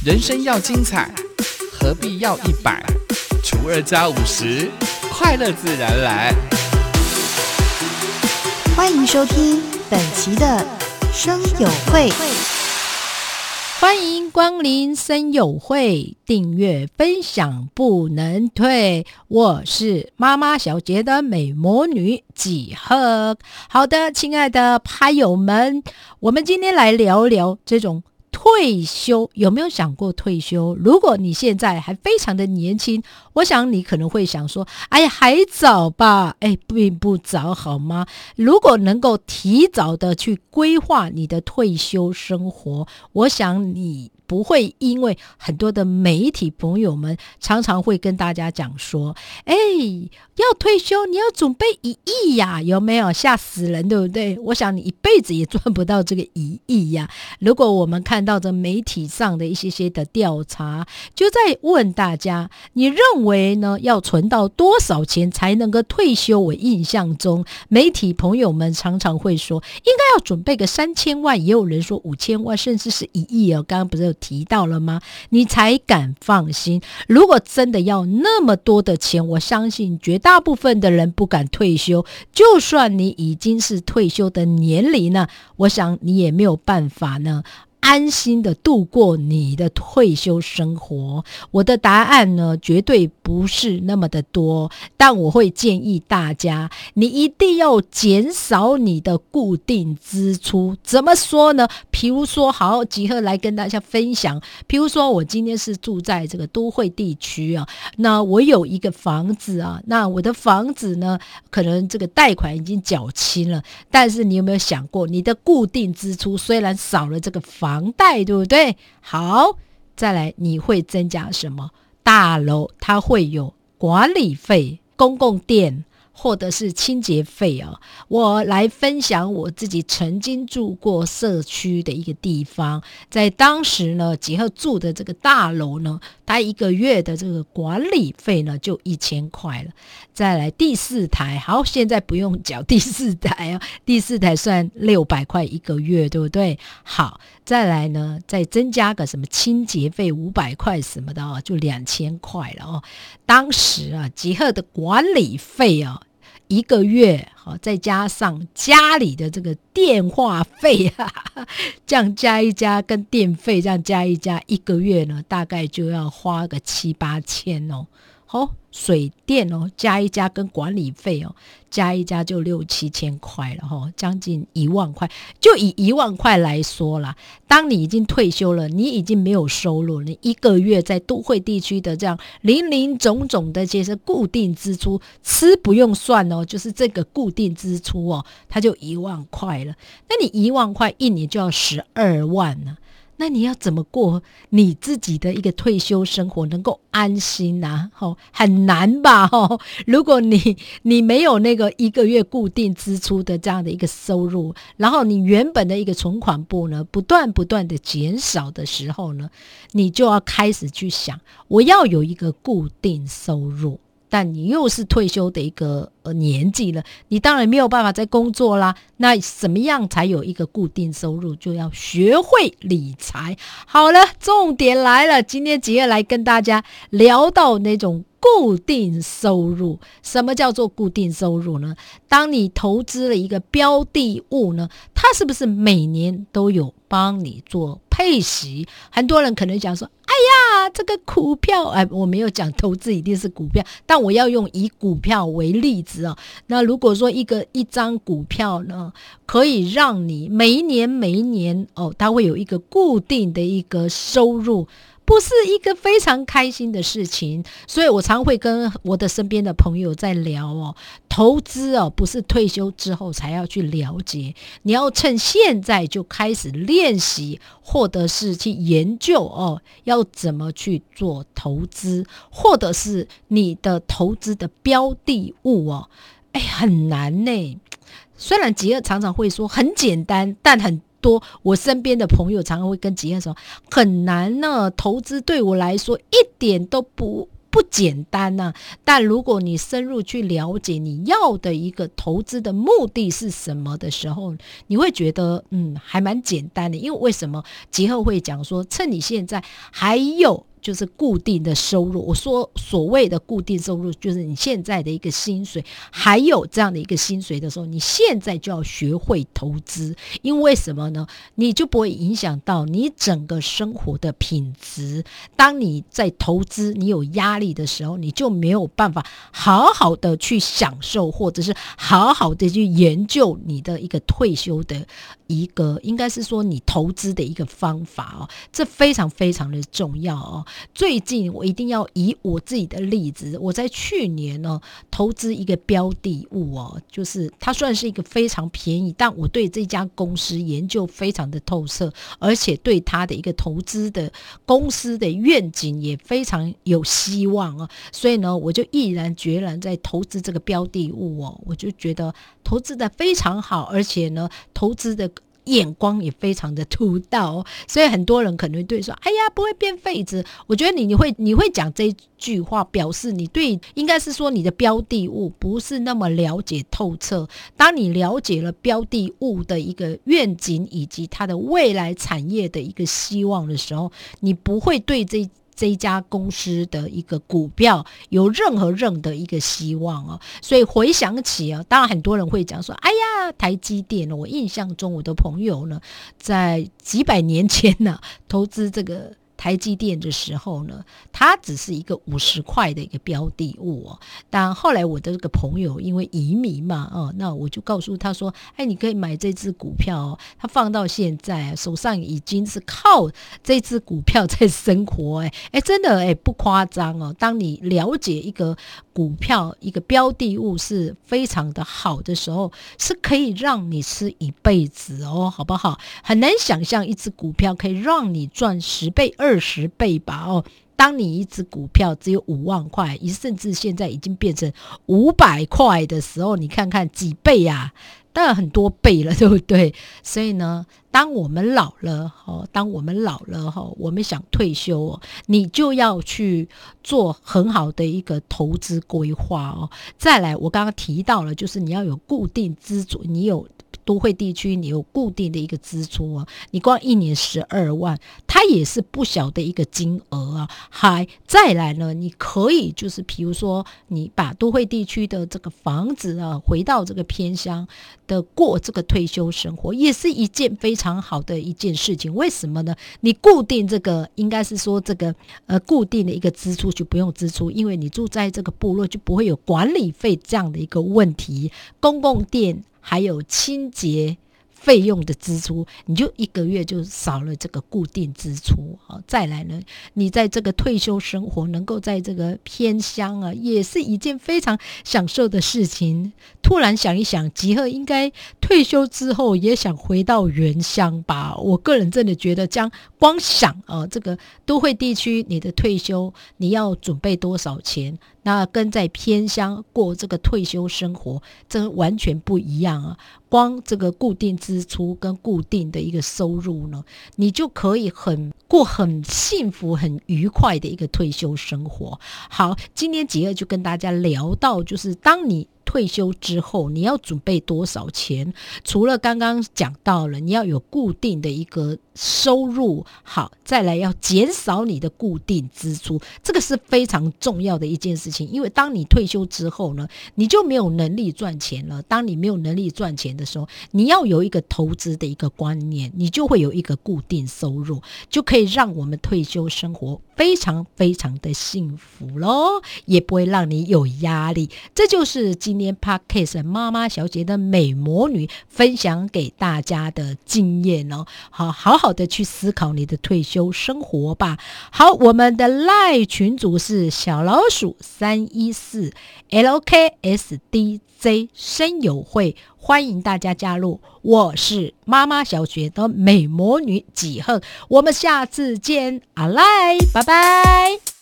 人生要精彩，何必要100除2加50，快乐自然来。 欢迎收听本期的声友会， 欢迎光临声友会，订阅分享不能退。我是妈妈小姐的美魔女几何。好的，亲爱的拍友们，我们今天来聊聊这种退休。有没有想过退休？如果你现在还非常的年轻，我想你可能会想说，哎呀，还早吧。并不早好吗？如果能够提早的去规划你的退休生活，我想你不会因为很多的媒体朋友们常常会跟大家讲说，要退休你要准备1亿呀，有没有？吓死人，对不对？我想你一辈子也赚不到这个1亿呀。如果我们看到这媒体上的一些的调查，就在问大家，你认为呢要存到多少钱才能够退休？我印象中媒体朋友们常常会说应该要准备个3000万，也有人说5000万，甚至是1亿哦。刚刚不是有提到了吗？你才敢放心。如果真的要那么多的钱，我相信绝大部分的人不敢退休。就算你已经是退休的年龄呢，我想你也没有办法呢安心的度过你的退休生活。我的答案呢，绝对不是那么的多，但我会建议大家，你一定要减少你的固定支出。怎么说呢？比如说，好，几何来跟大家分享。比如说，我今天是住在这个都会地区啊，那我有一个房子啊，那我的房子呢，可能这个贷款已经缴清了，但是你有没有想过，你的固定支出虽然少了这个房贷，对不对？好，再来你会增加什么？大楼它会有管理费、公共电或者是清洁费啊。我来分享我自己曾经住过社区的一个地方，在当时呢，几何住的这个大楼呢，它1个月的这个管理费呢就1000块了。再来第4台，好，现在不用缴第4台啊，第4台算600块1个月，对不对？好，再来呢，再增加个什么清洁费500块什么的啊，就2000块了哦。当时啊，几何的管理费啊，1个月好，再加上家里的这个电话费啊，这样加一加，跟电费这样加一加，1个月呢大概就要花个7-8千哦。好，水电哦加一加跟管理费哦加一加就6-7千块了哦，将近1万块。就以1万块来说啦，当你已经退休了，你已经没有收入，你1个月在都会地区的这样林林总总的这些固定支出，吃不用算哦，就是这个固定支出哦，它就1万块了。那你1万块1年就要12万了。那你要怎么过你自己的一个退休生活能够安心啊？很难吧？如果你没有那个1个月固定支出的这样的一个收入，然后你原本的一个存款簿呢不断的减少的时候呢，你就要开始去想，我要有一个固定收入。但你又是退休的一个年纪了，你当然没有办法再工作啦。那怎么样才有一个固定收入？就要学会理财。好了，重点来了，今天几个来跟大家聊到那种固定收入。什么叫做固定收入呢？当你投资了一个标的物呢，它是不是每年都有帮你做配息？很多人可能讲说，哎呀，这个股票，我没有讲投资一定是股票，但我要用以股票为例子哦。那如果说一张股票呢，可以让你每一年哦，它会有一个固定的一个收入，不是一个非常开心的事情。所以我常会跟我的身边的朋友在聊哦，投资哦，不是退休之后才要去了解，你要趁现在就开始练习，或者是去研究哦，要怎么去做投资，或者是你的投资的标的物哦，很难呢。虽然吉尔常常会说很简单，但很多我身边的朋友常常会跟吉尔说很难呢，投资对我来说一点都不不简单啊。但如果你深入去了解你要的一个投资的目的是什么的时候，你会觉得还蛮简单的。因为为什么杰赫会讲说，趁你现在还有就是固定的收入，我说所谓的固定收入就是你现在的一个薪水，还有这样的一个薪水的时候，你现在就要学会投资。因为什么呢？你就不会影响到你整个生活的品质。当你在投资你有压力的时候，你就没有办法好好的去享受，或者是好好的去研究你的一个退休的一个，应该是说你投资的一个方法哦，这非常非常的重要哦。最近我一定要以我自己的例子，我在去年呢投资一个标的物哦，就是它算是一个非常便宜，但我对这家公司研究非常的透彻，而且对它的一个投资的公司的愿景也非常有希望哦，所以呢我就毅然决然在投资这个标的物哦，我就觉得投资的非常好，而且呢投资的眼光也非常的独到，所以很多人可能对说，哎呀，不会变废纸。我觉得你会讲这句话，表示你对应该是说你的标的物不是那么了解透彻。当你了解了标的物的一个愿景以及它的未来产业的一个希望的时候，你不会对这一家公司的一个股票有任何的一个希望哦。所以回想起啊，当然很多人会讲说，哎呀，台积电，我印象中我的朋友呢，在几百年前呢，投资这个台积电的时候呢，它只是一个50块的一个标的物哦。但后来我的这个朋友因为移民嘛，那我就告诉他说，哎，你可以买这只股票哦。他放到现在手上已经是靠这只股票在生活，真的不夸张哦。当你了解一个股票一个标的物是非常的好的时候，是可以让你吃一辈子哦，好不好？很难想象一只股票可以让你赚10倍20倍吧哦。当你一只股票只有5万块，甚至现在已经变成500块的时候，你看看几倍啊？当然很多倍了，对不对？所以呢，当我们老了，我们想退休哦，你就要去做很好的一个投资规划哦。再来，我刚刚提到了，就是你要有固定资助，你有都会地区你有固定的一个支出啊，你光1年12万，它也是不小的一个金额啊。还再来呢，你可以就是比如说你把都会地区的这个房子啊，回到这个偏乡的过这个退休生活，也是一件非常好的一件事情。为什么呢？你固定这个应该是说这个固定的一个支出就不用支出，因为你住在这个部落就不会有管理费这样的一个问题，公共电还有清洁费用的支出，你就1个月就少了这个固定支出。再来呢，你在这个退休生活能够在这个偏乡啊，也是一件非常享受的事情。突然想一想，吉赫应该退休之后也想回到原乡吧。我个人真的觉得光想这个都会地区你的退休你要准备多少钱，那跟在偏乡过这个退休生活这完全不一样啊。光这个固定支出跟固定的一个收入呢，你就可以过很幸福很愉快的一个退休生活。好，今天吉尔就跟大家聊到，就是当你退休之后你要准备多少钱，除了刚刚讲到了你要有固定的一个收入，好，再来要减少你的固定支出，这个是非常重要的一件事情。因为当你退休之后呢，你就没有能力赚钱了。当你没有能力赚钱的时候，你要有一个投资的一个观念，你就会有一个固定收入，就可以让我们退休生活非常非常的幸福咯，也不会让你有压力。这就是今天 Podcast 妈妈小姐的美魔女分享给大家的经验哦。好好的去思考你的退休生活吧。好，我们的 LINE 群组是小老鼠314 LKSDJ 声友会，欢迎大家加入。我是妈妈小学的美魔女几何，我们下次见，阿赖，拜拜。